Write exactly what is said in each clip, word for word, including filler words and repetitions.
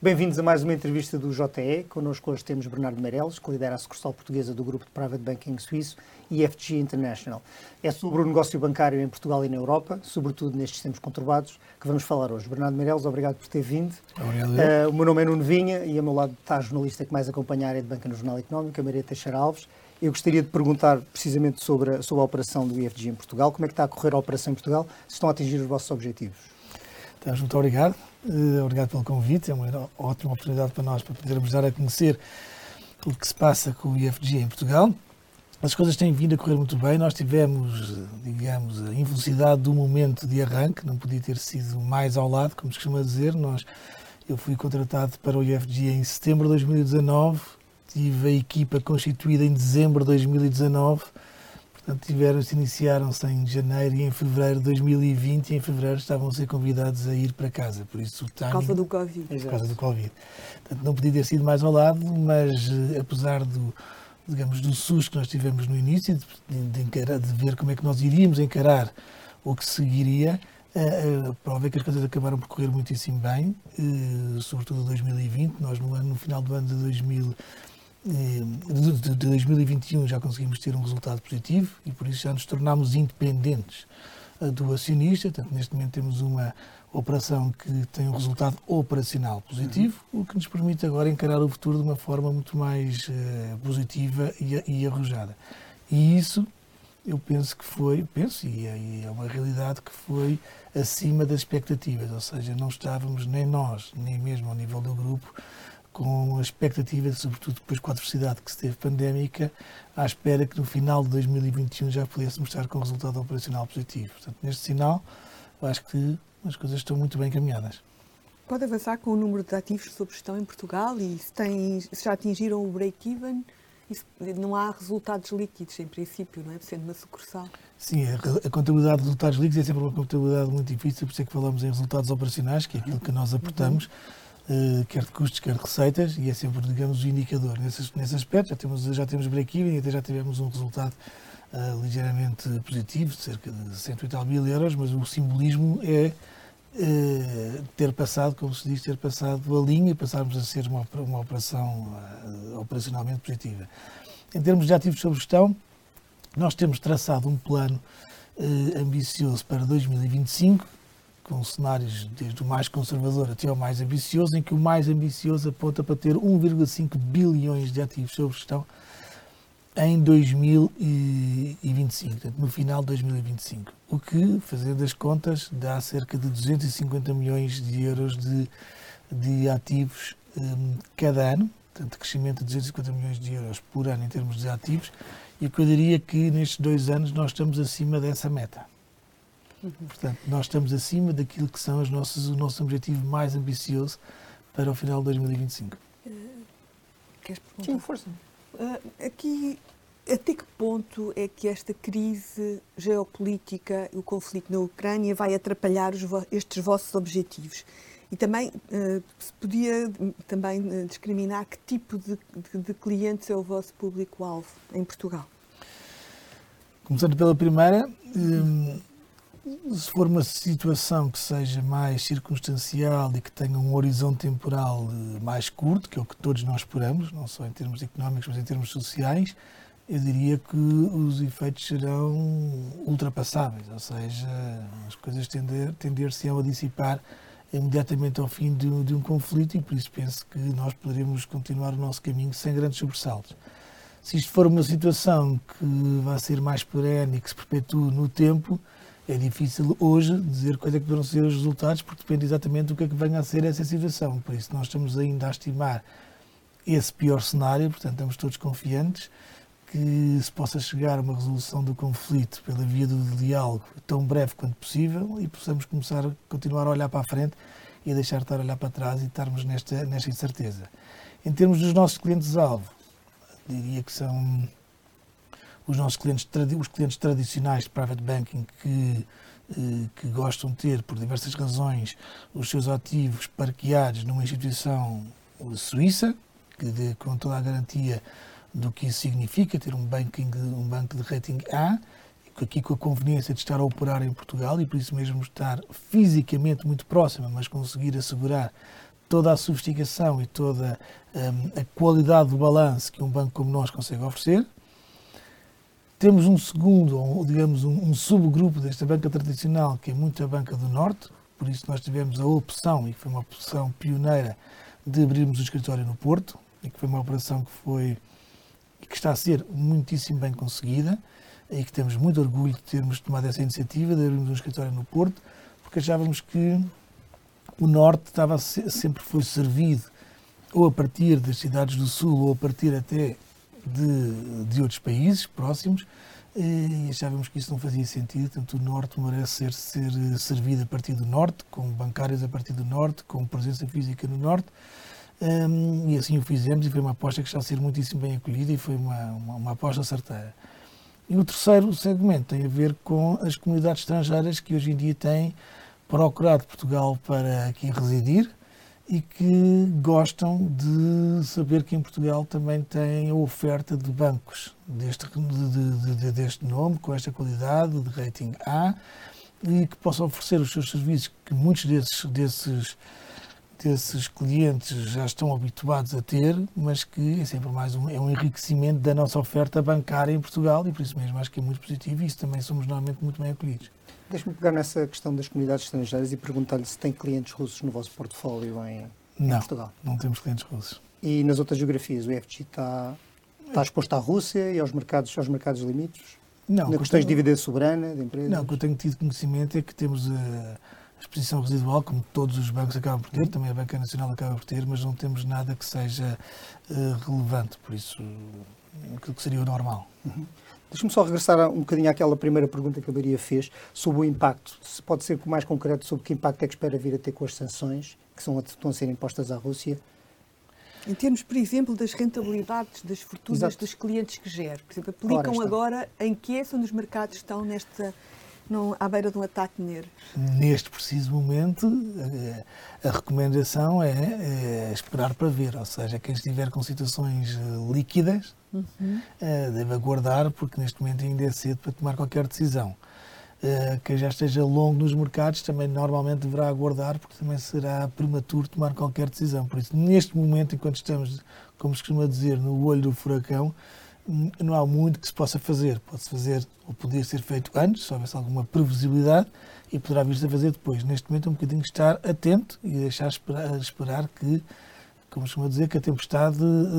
Bem-vindos a mais uma entrevista do J E. Connosco hoje temos Bernardo Meireles, que lidera a sucursal portuguesa do grupo de Private Banking suíço E F G International. É sobre o negócio bancário em Portugal e na Europa, sobretudo nestes tempos conturbados, que vamos falar hoje. Bernardo Meireles, obrigado por ter vindo. Obrigado. Uh, o meu nome é Nuno Vinha e ao meu lado está a jornalista que mais acompanha a área de banca no Jornal Económico, a Maria Teixeira Alves. Eu gostaria de perguntar precisamente sobre a, sobre a operação do E F G em Portugal. Como é que está a correr a operação em Portugal? Se estão a atingir os vossos objetivos? Estamos muito obrigado. Uh, obrigado pelo convite. É uma ótima oportunidade para nós para podermos dar a conhecer o que se passa com o E F G em Portugal. As coisas têm vindo a correr muito bem. Nós tivemos, digamos, a infelicidade do momento de arranque. Não podia ter sido mais ao lado, como se costuma dizer. Nós, eu fui contratado para o E F G em setembro de dois mil e dezanove. Tive a equipa constituída em dezembro de dois mil e dezanove, portanto tiveram-se, iniciaram-se em janeiro e em fevereiro de dois mil e vinte e em fevereiro estavam a ser convidados a ir para casa, por isso o timing... Por causa do Covid. Por causa do Covid. Portanto, não podia ter sido mais ao lado, mas apesar do, digamos, do susto que nós tivemos no início, de, de, encarar, de ver como é que nós iríamos encarar o que seguiria, a prova é que as coisas acabaram por correr muitíssimo bem, sobretudo em dois mil e vinte, nós no, ano, no final do ano de dois mil de dois mil e vinte e um já conseguimos ter um resultado positivo e por isso já nos tornámos independentes do acionista. Portanto, neste momento temos uma operação que tem um resultado operacional positivo, uhum. o que nos permite agora encarar o futuro de uma forma muito mais uh, positiva e, e arrojada. E isso eu penso que foi, penso e é, e é uma realidade que foi acima das expectativas, ou seja, não estávamos nem nós, nem mesmo ao nível do grupo, com a expectativa, sobretudo depois com a adversidade que se teve pandémica, à espera que no final de dois mil e vinte e um já pudéssemos estar com um resultado operacional positivo. Portanto, neste sinal, eu acho que as coisas estão muito bem encaminhadas. Pode avançar com o número de ativos sob gestão em Portugal e se, tem, se já atingiram o break-even? Não há resultados líquidos, em princípio, não é? Sendo uma sucursal. Sim, a, a contabilidade de resultados líquidos é sempre uma contabilidade muito difícil, por isso é que falamos em resultados operacionais, que é aquilo que nós aportamos. Uhum. Uh, quer de custos, quer de receitas, e é sempre, digamos, o indicador. Nesse, nesse aspecto já temos, já temos break-even e até já tivemos um resultado uh, ligeiramente positivo, de cerca de cento e tal mil euros, mas o simbolismo é uh, ter passado, como se diz, ter passado a linha e passarmos a ser uma, uma operação uh, operacionalmente positiva. Em termos de ativos sob gestão, nós temos traçado um plano uh, ambicioso para dois mil e vinte e cinco, com cenários desde o mais conservador até ao mais ambicioso, em que o mais ambicioso aponta para ter um vírgula cinco bilhões de ativos sob gestão em dois mil e vinte e cinco, portanto, no final de dois mil e vinte e cinco. O que, fazendo as contas, dá cerca de duzentos e cinquenta milhões de euros de, de ativos um, cada ano, portanto, crescimento de duzentos e cinquenta milhões de euros por ano em termos de ativos, e o que eu diria que nestes dois anos nós estamos acima dessa meta. Portanto, nós estamos acima daquilo que são os nossos, o nosso objetivo mais ambicioso para o final de dois mil e vinte e cinco. Uh, queres perguntar? Sim, força. Uh, aqui, até que ponto é que esta crise geopolítica e o conflito na Ucrânia vai atrapalhar os vo- estes vossos objetivos? E também, uh, se podia também uh, discriminar que tipo de, de, de clientes é o vosso público-alvo em Portugal? Começando pela primeira, um, se for uma situação que seja mais circunstancial e que tenha um horizonte temporal mais curto, que é o que todos nós esperamos, não só em termos económicos, mas em termos sociais, eu diria que os efeitos serão ultrapassáveis, ou seja, as coisas tender, tender-se-ão a dissipar imediatamente ao fim de, de um conflito e por isso penso que nós poderemos continuar o nosso caminho sem grandes sobressaltos. Se isto for uma situação que vai ser mais perene e que se perpetue no tempo, é difícil hoje dizer quais é que vão ser os resultados, porque depende exatamente do que é que venha a ser essa situação. Por isso, nós estamos ainda a estimar esse pior cenário, portanto, estamos todos confiantes que se possa chegar a uma resolução do conflito pela via do diálogo tão breve quanto possível e possamos começar a continuar a olhar para a frente e a deixar de estar a olhar para trás e estarmos nesta, nesta incerteza. Em termos dos nossos clientes-alvo, diria que são os nossos clientes, os clientes tradicionais de private banking que, que gostam de ter, por diversas razões, os seus ativos parqueados numa instituição suíça, que dê com toda a garantia do que isso significa, ter um, banking, um banco de rating A, aqui com a conveniência de estar a operar em Portugal e por isso mesmo estar fisicamente muito próxima, mas conseguir assegurar toda a sofisticação e toda um, a qualidade do balanço que um banco como nós consegue oferecer. Temos um segundo, ou digamos um, um subgrupo desta banca tradicional, que é muito a banca do Norte, por isso nós tivemos a opção, e foi uma opção pioneira, de abrirmos o escritório no Porto, e que foi uma operação que foi e que está a ser muitíssimo bem conseguida, e que temos muito orgulho de termos tomado essa iniciativa de abrirmos um escritório no Porto, porque achávamos que o Norte estava, sempre foi servido ou a partir das cidades do Sul ou a partir até de, de outros países próximos, e achávamos que isso não fazia sentido. Portanto, o Norte merece ser, ser servido a partir do Norte, com bancários a partir do Norte, com presença física no Norte, um, e assim o fizemos, e foi uma aposta que está a ser muitíssimo bem acolhida e foi uma, uma, uma aposta certeira. E o terceiro segmento tem a ver com as comunidades estrangeiras que hoje em dia têm procurado Portugal para aqui residir e que gostam de saber que em Portugal também tem a oferta de bancos deste, de, de, deste nome, com esta qualidade, de rating A, e que possam oferecer os seus serviços, que muitos desses, desses, desses clientes já estão habituados a ter, mas que é sempre mais um, é um enriquecimento da nossa oferta bancária em Portugal, e por isso mesmo acho que é muito positivo, e isso também somos normalmente muito bem acolhidos. Deixe-me pegar nessa questão das comunidades estrangeiras e perguntar-lhe se tem clientes russos no vosso portfólio em, não, em Portugal. Não, não temos clientes russos. E nas outras geografias, o E F G está, está exposto à Rússia e aos mercados, aos mercados limítrofes? Não. Na questões tenho... de dívida soberana de empresas? Não, o que eu tenho tido conhecimento é que temos a exposição residual, como todos os bancos acabam por ter, também a Banca Nacional acaba por ter, mas não temos nada que seja uh, relevante, por isso, aquilo que seria o normal. Uhum. Deixa-me só regressar um bocadinho àquela primeira pergunta que a Maria fez sobre o impacto. Se pode ser mais concreto sobre que impacto é que espera vir a ter com as sanções que são, estão a ser impostas à Rússia? Em termos, por exemplo, das rentabilidades das fortunas Exato. Dos clientes que gera. Por exemplo, aplicam Ora, agora em que é onde os mercados estão nesta, no, à beira de um ataque negro? Neste preciso momento, a, a recomendação é, é esperar para ver. Ou seja, quem estiver com situações líquidas, Uhum. Uh, deve aguardar, porque neste momento ainda é cedo para tomar qualquer decisão. Uh, quem já esteja longo nos mercados também normalmente deverá aguardar, porque também será prematuro tomar qualquer decisão. Por isso, neste momento, enquanto estamos, como se costuma dizer, no olho do furacão, não há muito que se possa fazer. Pode-se fazer, ou poderia ser feito antes, se houvesse alguma previsibilidade, e poderá vir-se a fazer depois. Neste momento, é um bocadinho estar atento e deixar esperar, esperar que, como costuma dizer, que a tempestade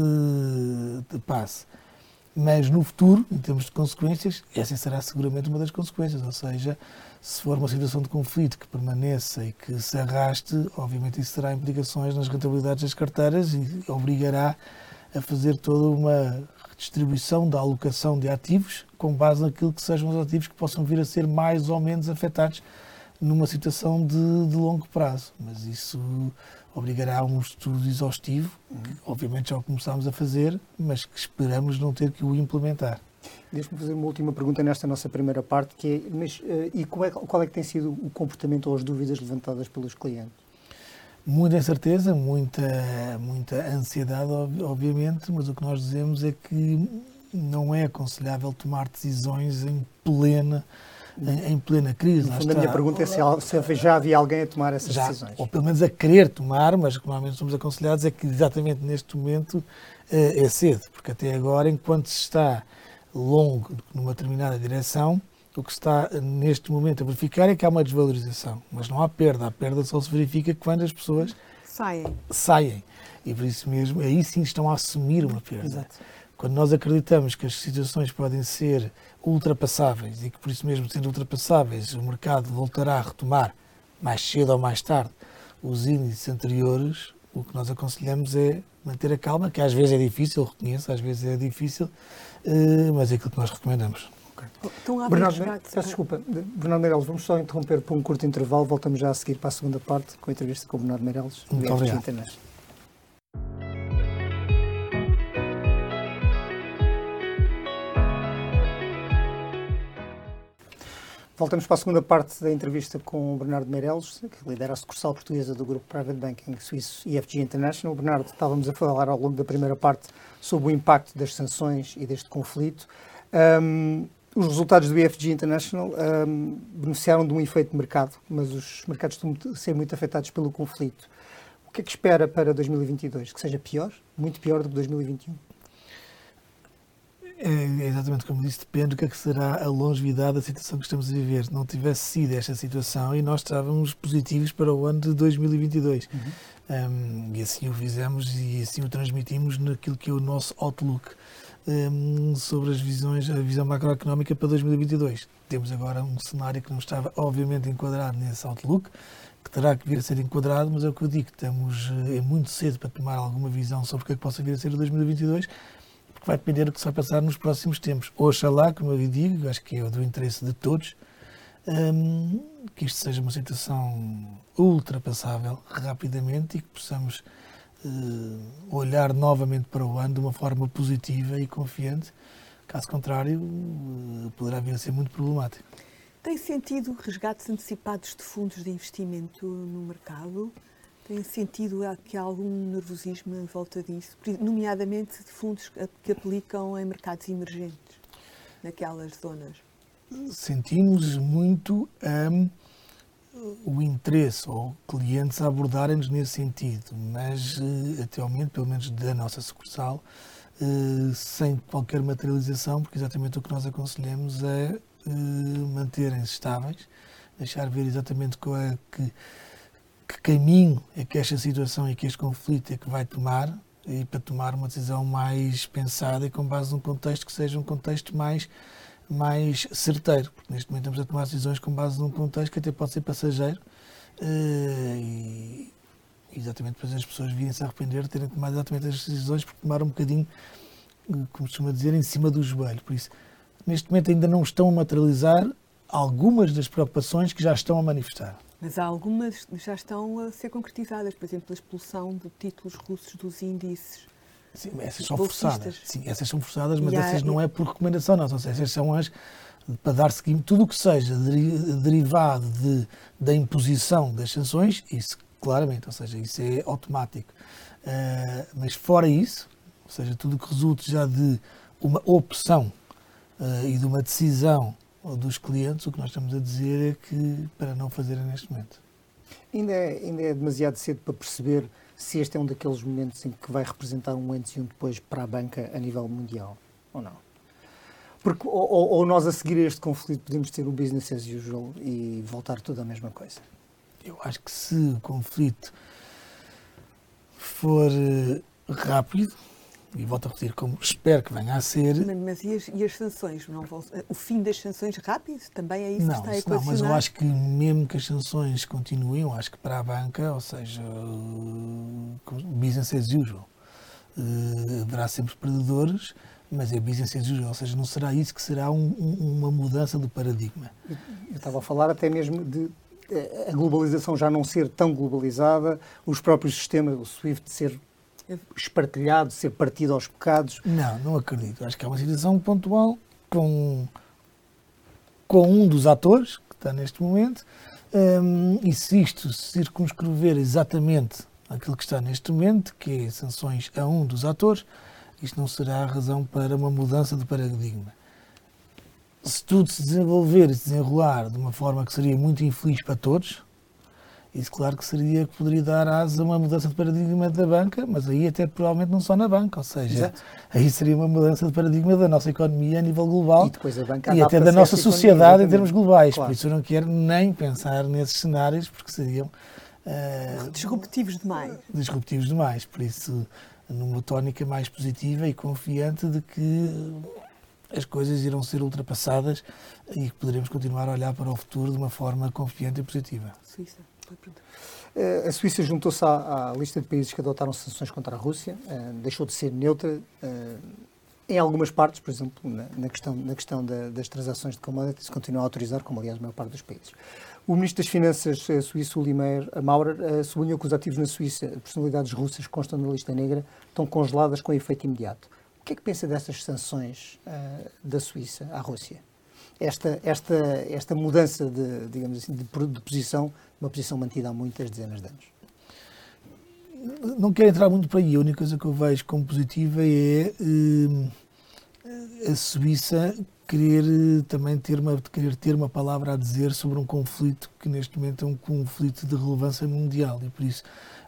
uh, passe. Mas no futuro, em termos de consequências, essa será seguramente uma das consequências. Ou seja, se for uma situação de conflito que permaneça e que se arraste, obviamente isso terá implicações nas rentabilidades das carteiras e obrigará a fazer toda uma distribuição da alocação de ativos com base naquilo que sejam os ativos que possam vir a ser mais ou menos afetados numa situação de, de longo prazo. Mas isso obrigará a um estudo exaustivo, que obviamente já o começámos a fazer, mas que esperamos não ter que o implementar. Deixe-me fazer uma última pergunta nesta nossa primeira parte, que é, mas, uh, e qual é, qual é que tem sido o comportamento ou as dúvidas levantadas pelos clientes? Muita incerteza, muita, muita ansiedade, obviamente, mas o que nós dizemos é que não é aconselhável tomar decisões em plena Em, em plena crise. No fundo, a minha pergunta é se, se já havia alguém a tomar essas já, decisões. Ou pelo menos a querer tomar, mas o que normalmente somos aconselhados é que exatamente neste momento é cedo, porque até agora, enquanto se está longo numa determinada direção, o que se está neste momento a verificar é que há uma desvalorização, mas não há perda. A perda só se verifica quando as pessoas saem. saem. E por isso mesmo, aí sim estão a assumir uma perda. Exato. Quando nós acreditamos que as situações podem ser ultrapassáveis e que, por isso mesmo, sendo ultrapassáveis, o mercado voltará a retomar, mais cedo ou mais tarde, os índices anteriores, o que nós aconselhamos é manter a calma, que às vezes é difícil, reconheço, às vezes é difícil, mas é aquilo que nós recomendamos. Okay. Então, Bernardo, peço desculpa, Bernardo Meireles, vamos só interromper por um curto intervalo, voltamos já a seguir para a segunda parte com a entrevista com o Bernardo Meireles, do Muito E F G obrigado. International. Voltamos para a segunda parte da entrevista com o Bernardo Meireles, que lidera a sucursal portuguesa do grupo Private Banking suíço E F G International. Bernardo, estávamos a falar ao longo da primeira parte sobre o impacto das sanções e deste conflito. Um, os resultados do E F G International um, beneficiaram de um efeito de mercado, mas os mercados estão a ser muito afetados pelo conflito. O que é que espera para dois mil e vinte e dois? Que seja pior? Muito pior do que dois mil e vinte e um? É exatamente como disse, depende do que é que será a longevidade da situação que estamos a viver. Se não tivesse sido esta situação e nós estávamos positivos para o ano de dois mil e vinte e dois. Uhum. Um, e assim o fizemos e assim o transmitimos naquilo que é o nosso outlook um, sobre as visões, a visão macroeconómica para dois mil e vinte e dois. Temos agora um cenário que não estava obviamente enquadrado nesse outlook, que terá que vir a ser enquadrado, mas é o que eu digo, estamos, é muito cedo para tomar alguma visão sobre o que é que possa vir a ser o dois mil e vinte e dois, porque vai depender do que se vai passar nos próximos tempos. Oxalá, como eu digo, acho que é do interesse de todos, um, que isto seja uma situação ultrapassável rapidamente e que possamos uh, olhar novamente para o ano de uma forma positiva e confiante. Caso contrário, uh, poderá vir a ser muito problemático. Tem sentido resgates antecipados de fundos de investimento no mercado? Tem sentido que há algum nervosismo em volta disso, nomeadamente de fundos que aplicam em mercados emergentes, naquelas zonas? Sentimos muito um, o interesse ou clientes a abordarem-nos nesse sentido, mas até ao momento, pelo menos da nossa sucursal, uh, sem qualquer materialização, porque exatamente o que nós aconselhamos é uh, manterem-se estáveis, deixar ver exatamente qual é que que caminho é que esta situação e que este conflito é que vai tomar, e para tomar uma decisão mais pensada e com base num contexto que seja um contexto mais, mais certeiro, porque neste momento estamos a tomar decisões com base num contexto que até pode ser passageiro e exatamente depois as pessoas virem-se a arrepender de terem tomado exatamente as decisões porque tomaram um bocadinho, como costuma dizer, em cima do joelho. Por isso, neste momento ainda não estão a materializar algumas das preocupações que já estão a manifestar. Mas há algumas já estão a ser concretizadas, por exemplo, a expulsão de títulos russos dos índices. Sim, essas são forçadas. Sim, essas são forçadas, mas há, essas não é por recomendação nossa. Essas são as para dar seguimento. Tudo o que seja derivado de, da imposição das sanções, isso claramente, ou seja, isso é automático. Uh, mas fora isso, ou seja, tudo o que resulte já de uma opção uh, e de uma decisão dos clientes, o que nós estamos a dizer é que para não fazerem neste momento. Ainda é, ainda é demasiado cedo para perceber se este é um daqueles momentos em que vai representar um antes e um depois para a banca a nível mundial, ou não? Porque ou, ou nós a seguir a este conflito podemos ter o business as usual e voltar tudo à mesma coisa? Eu acho que se o conflito for rápido, e volto a repetir, como espero que venha a ser... Mas, mas e, as, e as sanções? Não vão, o fim das sanções rápido? Também é isso não, que está a equacionar? Não, mas eu acho que mesmo que as sanções continuem, eu acho que para a banca, ou seja, business as usual, uh, haverá sempre perdedores, mas é business as usual, ou seja, não será isso que será um, um, uma mudança do paradigma. Eu, eu estava a falar até mesmo de a globalização já não ser tão globalizada, os próprios sistemas, o SWIFT ser espartilhado, ser partido aos bocados. Não, não acredito. Acho que é uma situação pontual com, com um dos atores que está neste momento um, e se isto circunscrever exatamente aquilo que está neste momento, que é sanções a um dos atores, isto não será a razão para uma mudança de paradigma. Se tudo se desenvolver e se desenrolar de uma forma que seria muito infeliz para todos, isso claro que seria que poderia dar asa a uma mudança de paradigma da banca, mas aí até provavelmente não só na banca, ou seja, Exato. Aí seria uma mudança de paradigma da nossa economia a nível global e, depois a banca e até da nossa sociedade em termos globais. Claro. Por isso eu não quero nem pensar nesses cenários, porque seriam uh, disruptivos demais. Disruptivos demais, por isso numa tónica mais positiva e confiante de que as coisas irão ser ultrapassadas e que poderemos continuar a olhar para o futuro de uma forma confiante e positiva. Suíça. A Suíça juntou-se à, à lista de países que adotaram sanções contra a Rússia, uh, deixou de ser neutra uh, em algumas partes, por exemplo, na, na questão, na questão da, das transações de commodities, continua a autorizar, como aliás a maior parte dos países. O Ministro das Finanças uh, suíço, Uli Maurer, uh, sublinhou que os ativos na Suíça, personalidades russas que constam na lista negra, estão congeladas com efeito imediato. O que é que pensa dessas sanções uh, da Suíça à Rússia? Esta, esta, esta mudança de, digamos assim, de, de posição, uma posição mantida há muitas dezenas de anos. Não quero entrar muito por aí. A única coisa que eu vejo como positiva é eh, a Suíça querer também ter uma, querer ter uma palavra a dizer sobre um conflito que neste momento é um conflito de relevância mundial e por isso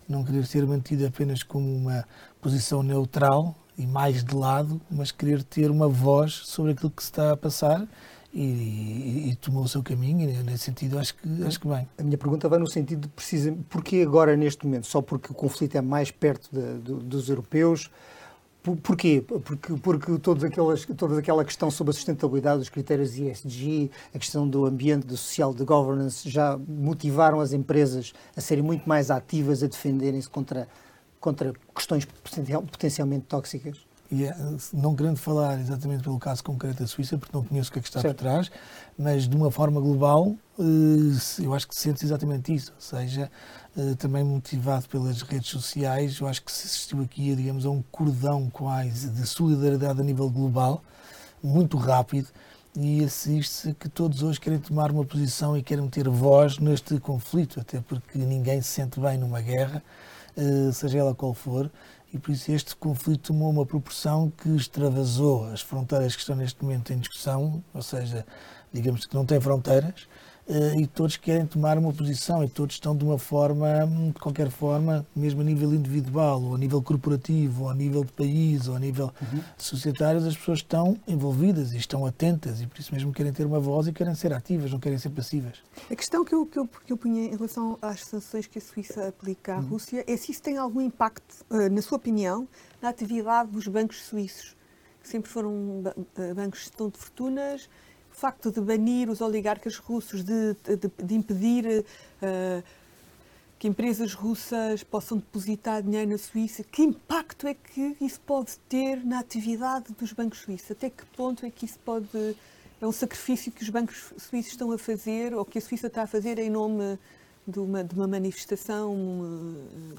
não querer ser mantido apenas como uma posição neutral e mais de lado, mas querer ter uma voz sobre aquilo que se está a passar e, e, e tomou o seu caminho, e nesse sentido acho que, acho que bem. A minha pergunta vai no sentido de, precisa, porquê agora, neste momento? Só porque o conflito é mais perto de, de, dos europeus? Por, porquê? Porque, porque todas aquelas, toda aquela questão sobre a sustentabilidade, os critérios E S G, a questão do ambiente, do social, de governance, já motivaram as empresas a serem muito mais ativas, a defenderem-se contra, contra questões potencial, potencialmente tóxicas? E, não querendo falar exatamente pelo caso concreto da Suíça, porque não conheço o que é que está certo. por trás, mas de uma forma global, eu acho que se sente exatamente isso, ou seja, também motivado pelas redes sociais, eu acho que se assistiu aqui, digamos, a um cordão quase de solidariedade a nível global, muito rápido, e assiste-se que todos hoje querem tomar uma posição e querem ter voz neste conflito, até porque ninguém se sente bem numa guerra, seja ela qual for, e por isso este conflito tomou uma proporção que extravasou as fronteiras que estão neste momento em discussão, ou seja, digamos que não tem fronteiras, e todos querem tomar uma posição e todos estão de uma forma, de qualquer forma, mesmo a nível individual, ou a nível corporativo, ou a nível de país, ou a nível uhum. societário, as pessoas estão envolvidas e estão atentas e por isso mesmo querem ter uma voz e querem ser ativas, não querem ser passivas. A questão que eu, que eu, que eu punha em relação às sanções que a Suíça aplica à uhum. Rússia é se isso tem algum impacto, na sua opinião, na atividade dos bancos suíços, que sempre foram bancos de gestão de fortunas. O facto de banir os oligarcas russos, de, de, de impedir uh, que empresas russas possam depositar dinheiro na Suíça, que impacto é que isso pode ter na atividade dos bancos suíços? Até que ponto é que isso pode... É um sacrifício que os bancos suíços estão a fazer, ou que a Suíça está a fazer em nome de uma, de uma manifestação uh,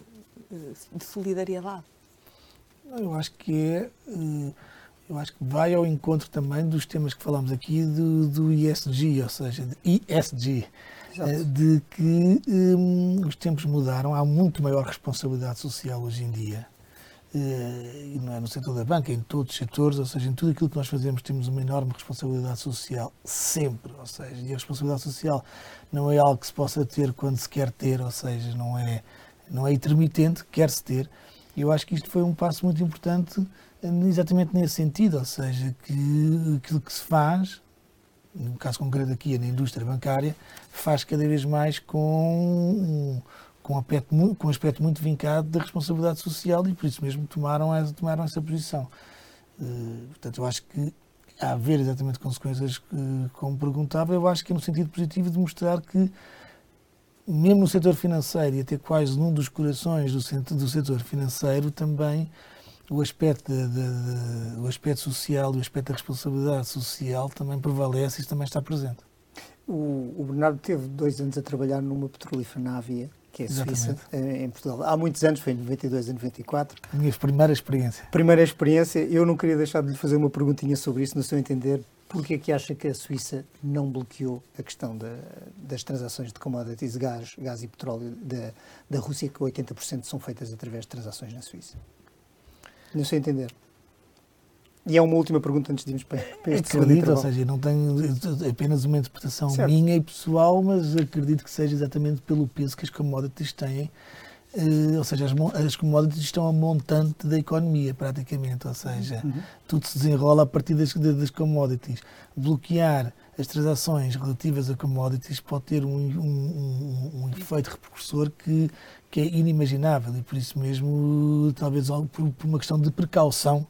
de solidariedade? Eu acho que é... Uh... Eu acho que vai ao encontro também dos temas que falámos aqui do, do E S G, ou seja, de E S G, Exato. de que um, os tempos mudaram, há muito maior responsabilidade social hoje em dia, uh, e não é no setor da banca, é em todos os setores, ou seja, em tudo aquilo que nós fazemos temos uma enorme responsabilidade social, sempre, ou seja, e a responsabilidade social não é algo que se possa ter quando se quer ter, ou seja, não é, não é intermitente, quer-se ter. Eu acho que isto foi um passo muito importante exatamente nesse sentido, ou seja, que aquilo que se faz, no caso concreto aqui na indústria bancária, faz cada vez mais com, com, um aspecto, com um aspecto muito vincado da responsabilidade social e por isso mesmo tomaram essa, tomaram essa posição. Uh, portanto, eu acho que a haver exatamente consequências, uh, como perguntava, eu acho que é no sentido positivo de mostrar que mesmo no setor financeiro e até quase num dos corações do, do setor financeiro também o aspecto, de, de, de, o aspecto social e o aspecto da responsabilidade social também prevalece e isso também está presente. O, o Bernardo teve dois anos a trabalhar numa petrolífera na Avia, que é a Suíça, em, em Portugal. Há muitos anos, foi em noventa e dois a noventa e quatro. A minha primeira experiência. Primeira experiência. Eu não queria deixar de lhe fazer uma perguntinha sobre isso, no seu entender. Porquê é que acha que a Suíça não bloqueou a questão da, das transações de commodities, gás, gás e petróleo da, da Rússia, que oitenta por cento são feitas através de transações na Suíça? Não sei entender. E é uma última pergunta antes de irmos para, para este segundo intervalo. Ou seja, não tenho apenas uma interpretação certo. minha e pessoal, mas acredito que seja exatamente pelo peso que as commodities têm. Uh, ou seja, as, as commodities estão a montante da economia, praticamente. Ou seja, uhum. tudo se desenrola a partir das, das commodities. Bloquear as transações relativas a commodities pode ter um, um, um, um efeito repercussor que, que é inimaginável e por isso mesmo, talvez por, por uma questão de precaução,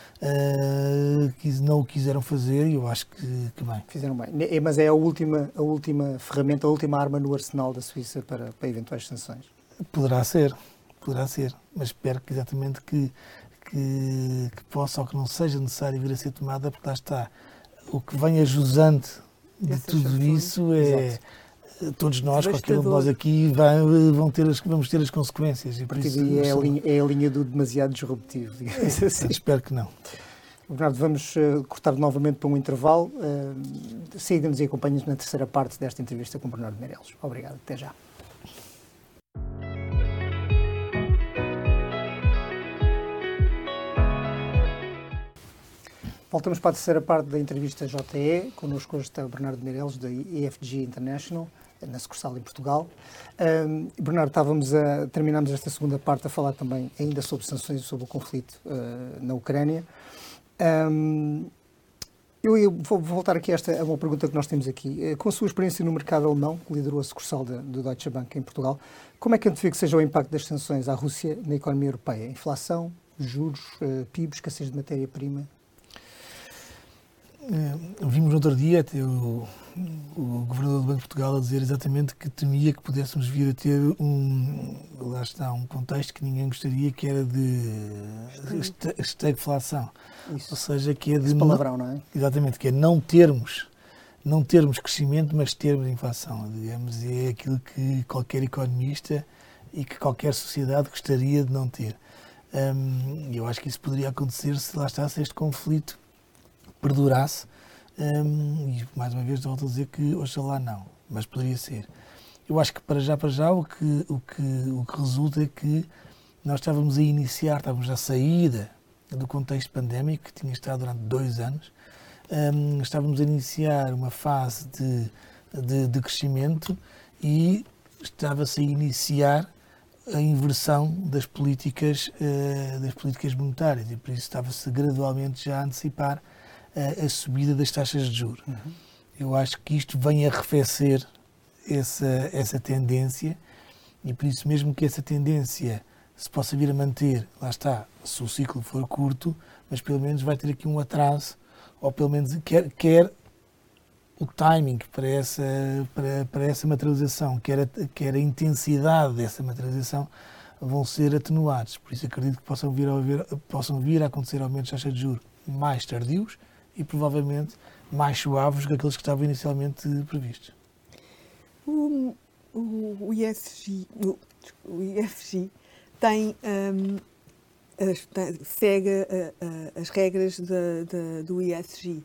uh, que não o quiseram fazer e eu acho que, que bem. Fizeram bem. Mas é a última, a última ferramenta, a última arma no arsenal da Suíça para, para eventuais sanções? Poderá ser, poderá ser, mas espero que exatamente que, que, que possa ou que não seja necessário vir a ser tomada, porque lá está. O que vem ajusante de Essas tudo sanções. Isso é Exato. Todos nós, qualquer um de nós aqui, vai, vão ter as, vamos ter as consequências. E por isso, é, a linha, é a linha do demasiado disruptivo, digamos assim. Espero que não. Bernardo, vamos uh, cortar novamente para um intervalo. Uh, Siga-nos e acompanhe-nos na terceira parte desta entrevista com Bernardo Meireles. Obrigado, até já. Voltamos para a terceira parte da entrevista J E. Connosco hoje está o Bernardo Meireles, da E F G International, na sucursal em Portugal. Um, Bernardo, estávamos a, terminamos esta segunda parte a falar também ainda sobre sanções e sobre o conflito uh, na Ucrânia. Um, eu, eu vou voltar aqui a, esta, a uma pergunta que nós temos aqui. Com a sua experiência no mercado alemão, que liderou a sucursal de, do Deutsche Bank em Portugal, como é que identifica que seja o impacto das sanções à Rússia na economia europeia? Inflação, juros, uh, P I B, escassez de matéria-prima? Uh, vimos no outro dia até o, o Governador do Banco de Portugal a dizer exatamente que temia que pudéssemos vir a ter um, lá está, um contexto que ninguém gostaria, que era de estagflação. Ou seja, que é de... Esse palavrão, não é? Exatamente, que é não termos, não termos crescimento, mas termos inflação. Digamos, é aquilo que qualquer economista e que qualquer sociedade gostaria de não ter. Um, eu acho que isso poderia acontecer se lá está, se este conflito perdurasse, um, e mais uma vez volto a dizer que oxalá não, mas poderia ser. Eu acho que para já, para já, o que, o que, o que resulta é que nós estávamos a iniciar, estávamos à saída do contexto pandémico, que tinha estado durante dois anos, um, estávamos a iniciar uma fase de, de, de crescimento e estava-se a iniciar a inversão das políticas, uh, das políticas monetárias, e por isso estava-se gradualmente já a antecipar a subida das taxas de juros. Uhum. Eu acho que isto vem arrefecer essa, essa tendência, e por isso mesmo que essa tendência se possa vir a manter, lá está, se o ciclo for curto, mas pelo menos vai ter aqui um atraso, ou pelo menos quer, quer o timing para essa, para, para essa materialização, quer a, quer a intensidade dessa materialização, vão ser atenuados. Por isso acredito que possam vir a, haver, possam vir a acontecer aumentos de taxa de juros mais tardios, e provavelmente mais suaves do que aqueles que estavam inicialmente previstos. O, o, o, I S G, o, o I F G tem, um, as, tem segue a, a, as regras de, de, do I S G.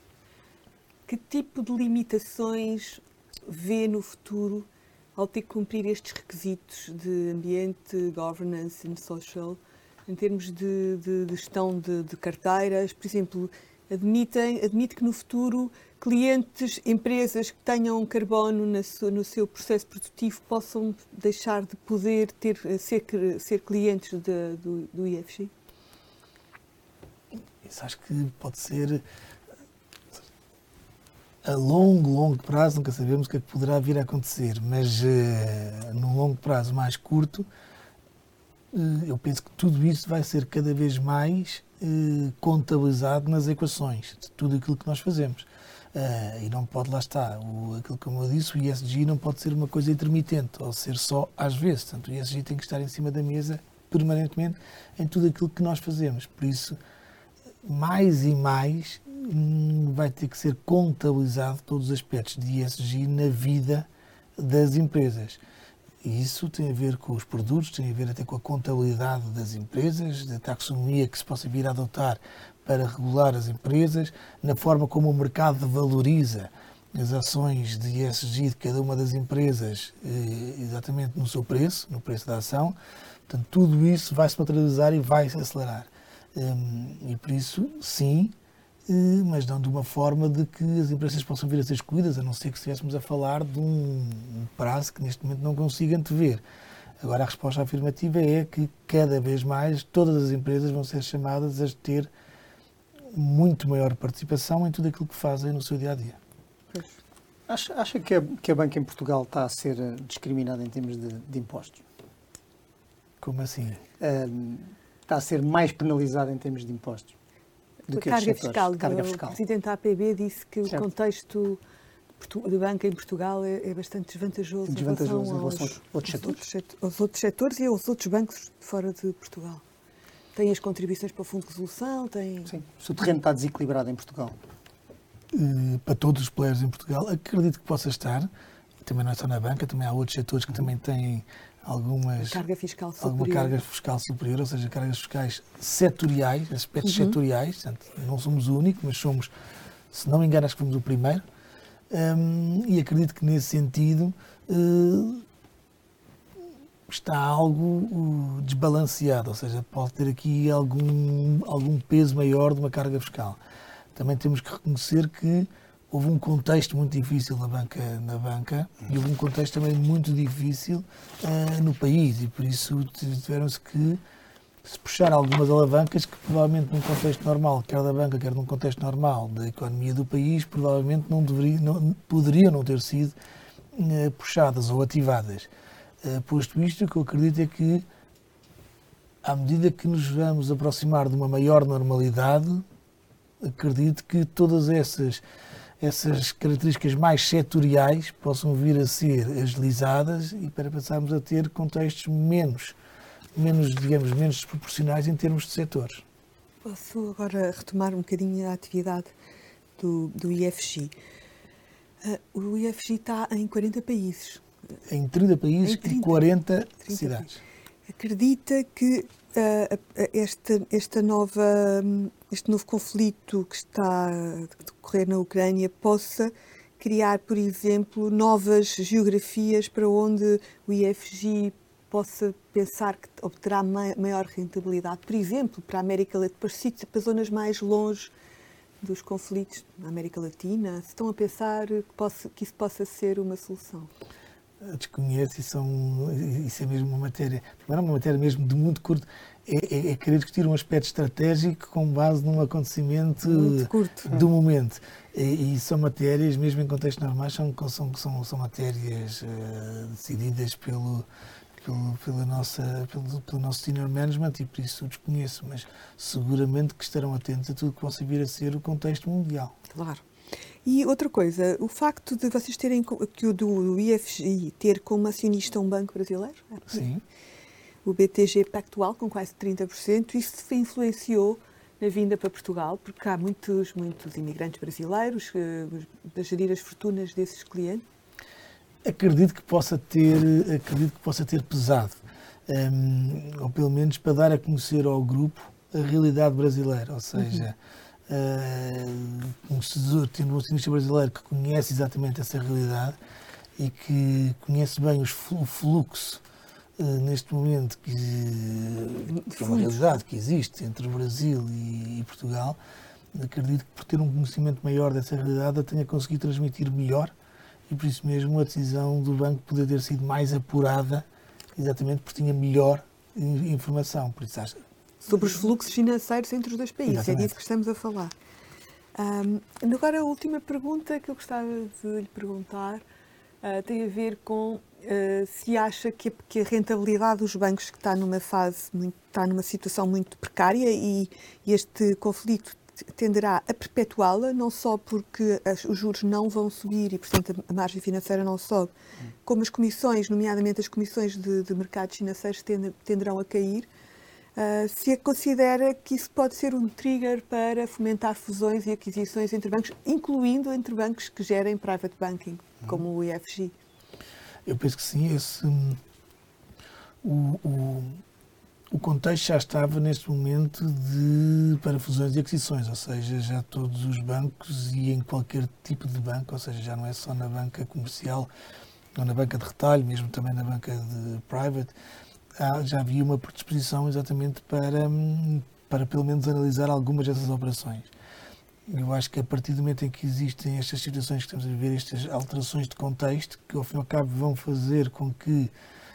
Que tipo de limitações vê no futuro ao ter que cumprir estes requisitos de ambiente, governance e social, em termos de, de, de gestão de, de carteiras? Por exemplo, Admitem, admite que no futuro clientes, empresas que tenham carbono na sua, no seu processo produtivo possam deixar de poder ter, ser, ser clientes de, do, do I F G? Isso acho que pode ser a longo, longo prazo, nunca sabemos o que é que poderá vir a acontecer, mas uh, num longo prazo mais curto, uh, eu penso que tudo isso vai ser cada vez mais contabilizado nas equações de tudo aquilo que nós fazemos. Uh, e não pode, lá estar, o, aquilo que eu disse, o I S G não pode ser uma coisa intermitente, ou ser só às vezes. Portanto, o I S G tem que estar em cima da mesa permanentemente em tudo aquilo que nós fazemos. Por isso, mais e mais hum, vai ter que ser contabilizado todos os aspectos de I S G na vida das empresas. E isso tem a ver com os produtos, tem a ver até com a contabilidade das empresas, da taxonomia que se possa vir a adotar para regular as empresas, na forma como o mercado valoriza as ações de I S G de cada uma das empresas, exatamente no seu preço, no preço da ação. Portanto, tudo isso vai se materializar e vai se acelerar. E por isso, sim, mas não de uma forma de que as empresas possam vir a ser excluídas, a não ser que estivéssemos a falar de um prazo que neste momento não consigo antever. Agora, a resposta afirmativa é que cada vez mais todas as empresas vão ser chamadas a ter muito maior participação em tudo aquilo que fazem no seu dia-a-dia. Acha, acha que, a, que a banca em Portugal está a ser discriminada em termos de, de impostos? Como assim? Um, está a ser mais penalizada em termos de impostos? Do que carga fiscal. Carga o fiscal. Presidente da A P B disse que certo. O contexto de banca em Portugal é, é bastante desvantajoso, desvantajoso em relação, em relação aos, aos, outros, setores. Outros setores, aos outros setores e aos outros bancos fora de Portugal. Tem as contribuições para o Fundo de Resolução, tem... Sim, se o terreno está desequilibrado em Portugal. Uh, para todos os players em Portugal, acredito que possa estar. Também não é só na banca, também há outros setores que também têm algumas, carga fiscal superior. alguma carga fiscal superior, ou seja, cargas fiscais setoriais, aspectos uhum. setoriais. Portanto, não somos o único, mas somos, se não me engano, acho que fomos o primeiro. Um, e acredito que nesse sentido uh, está algo uh, desbalanceado, ou seja, pode ter aqui algum, algum peso maior de uma carga fiscal. também temos que reconhecer que houve um contexto muito difícil na banca, na banca e houve um contexto também muito difícil uh, no país e por isso tiveram-se que se puxar algumas alavancas que provavelmente num contexto normal, quer da banca, quer num contexto normal da economia do país, provavelmente não, deveria, não poderiam não ter sido uh, puxadas ou ativadas. Uh, posto isto, o que eu acredito é que à medida que nos vamos aproximar de uma maior normalidade, acredito que todas essas essas características mais setoriais possam vir a ser agilizadas e para passarmos a ter contextos menos, menos, digamos, menos desproporcionais em termos de setores. Posso agora retomar um bocadinho a atividade do, do I F G. Uh, o I F G está em quarenta países. Em trinta países e quarenta cidades. Países. Acredita que uh, esta, esta nova, este novo conflito que está a decorrer na Ucrânia possa criar, por exemplo, novas geografias para onde o I F G possa pensar que obterá maior rentabilidade? Por exemplo, para a América Latina, para zonas mais longe dos conflitos na América Latina, se estão a pensar que, possa, que isso possa ser uma solução? Desconheço e são, isso é mesmo uma matéria, não é uma matéria mesmo de muito curto, é, é, é querer discutir um aspecto estratégico com base num acontecimento muito curto, do momento. E, e são matérias, mesmo em contextos normais, são, são, são, são matérias uh, decididas pelo, pelo, pela nossa, pelo, pelo nosso senior management e por isso desconheço, mas seguramente que estarão atentos a tudo que possa vir a ser o contexto mundial. Claro. E outra coisa, o facto de vocês terem, que o do I F G ter como acionista um banco brasileiro, é? Sim. O B T G Pactual, com quase trinta por cento, isso influenciou na vinda para Portugal, porque há muitos, muitos imigrantes brasileiros a gerir as fortunas desses clientes? Acredito que possa ter, acredito que possa ter pesado, um, ou pelo menos para dar a conhecer ao grupo a realidade brasileira, ou seja... Uhum. Uh, um assessor, tendo um acionista brasileiro que conhece exatamente essa realidade e que conhece bem os, o fluxo uh, neste momento que, que é uma realidade que existe entre o Brasil e, e Portugal, acredito que por ter um conhecimento maior dessa realidade a tenha conseguido transmitir melhor e por isso mesmo a decisão do banco poder ter sido mais apurada exatamente porque tinha melhor informação, por isso acho sobre os fluxos financeiros entre os dois países. Exatamente. É disso que estamos a falar. Um, agora, a última pergunta que eu gostava de lhe perguntar uh, tem a ver com uh, se acha que a, que a rentabilidade dos bancos, que está numa fase, muito, está numa situação muito precária e, e este conflito tenderá a perpetuá-la, não só porque as, os juros não vão subir e, portanto, a margem financeira não sobe, como as comissões, nomeadamente as comissões de, de mercados financeiros, tenderão a cair. Uh, se considera que isso pode ser um trigger para fomentar fusões e aquisições entre bancos, incluindo entre bancos que gerem private banking, como o I F G? Eu penso que sim. Esse, o, o, o contexto já estava neste momento de, para fusões e aquisições, ou seja, já todos os bancos e em qualquer tipo de banco, ou seja, já não é só na banca comercial ou na banca de retalho, mesmo também na banca de private, já havia uma predisposição exatamente para, para pelo menos analisar algumas dessas operações. Eu acho que a partir do momento em que existem estas situações que estamos a viver, estas alterações de contexto, que ao fim e ao cabo vão fazer com que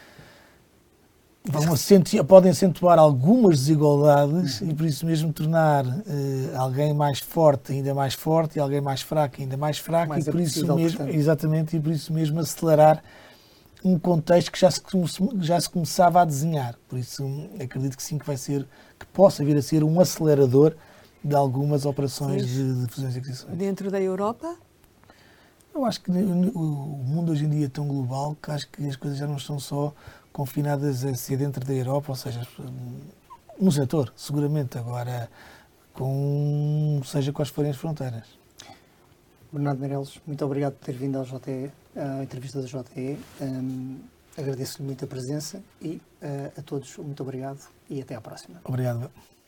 vão acentuar, podem acentuar algumas desigualdades e por isso mesmo tornar uh, alguém mais forte ainda mais forte e alguém mais fraco ainda mais fraco mais e por isso mesmo, exatamente, e por isso mesmo acelerar um contexto que já se, já se começava a desenhar. Por isso, acredito que sim, que vai ser, que possa vir a ser um acelerador de algumas operações de, de fusões e aquisições. Dentro da Europa? Eu acho que o mundo hoje em dia é tão global que acho que as coisas já não estão só confinadas a ser dentro da Europa, ou seja, no setor, seguramente, agora, com seja quais forem as fronteiras. Bernardo Meireles, muito obrigado por ter vindo ao J E, à entrevista da J E. Um, agradeço-lhe muito a presença e uh, a todos muito obrigado e até à próxima. Obrigado.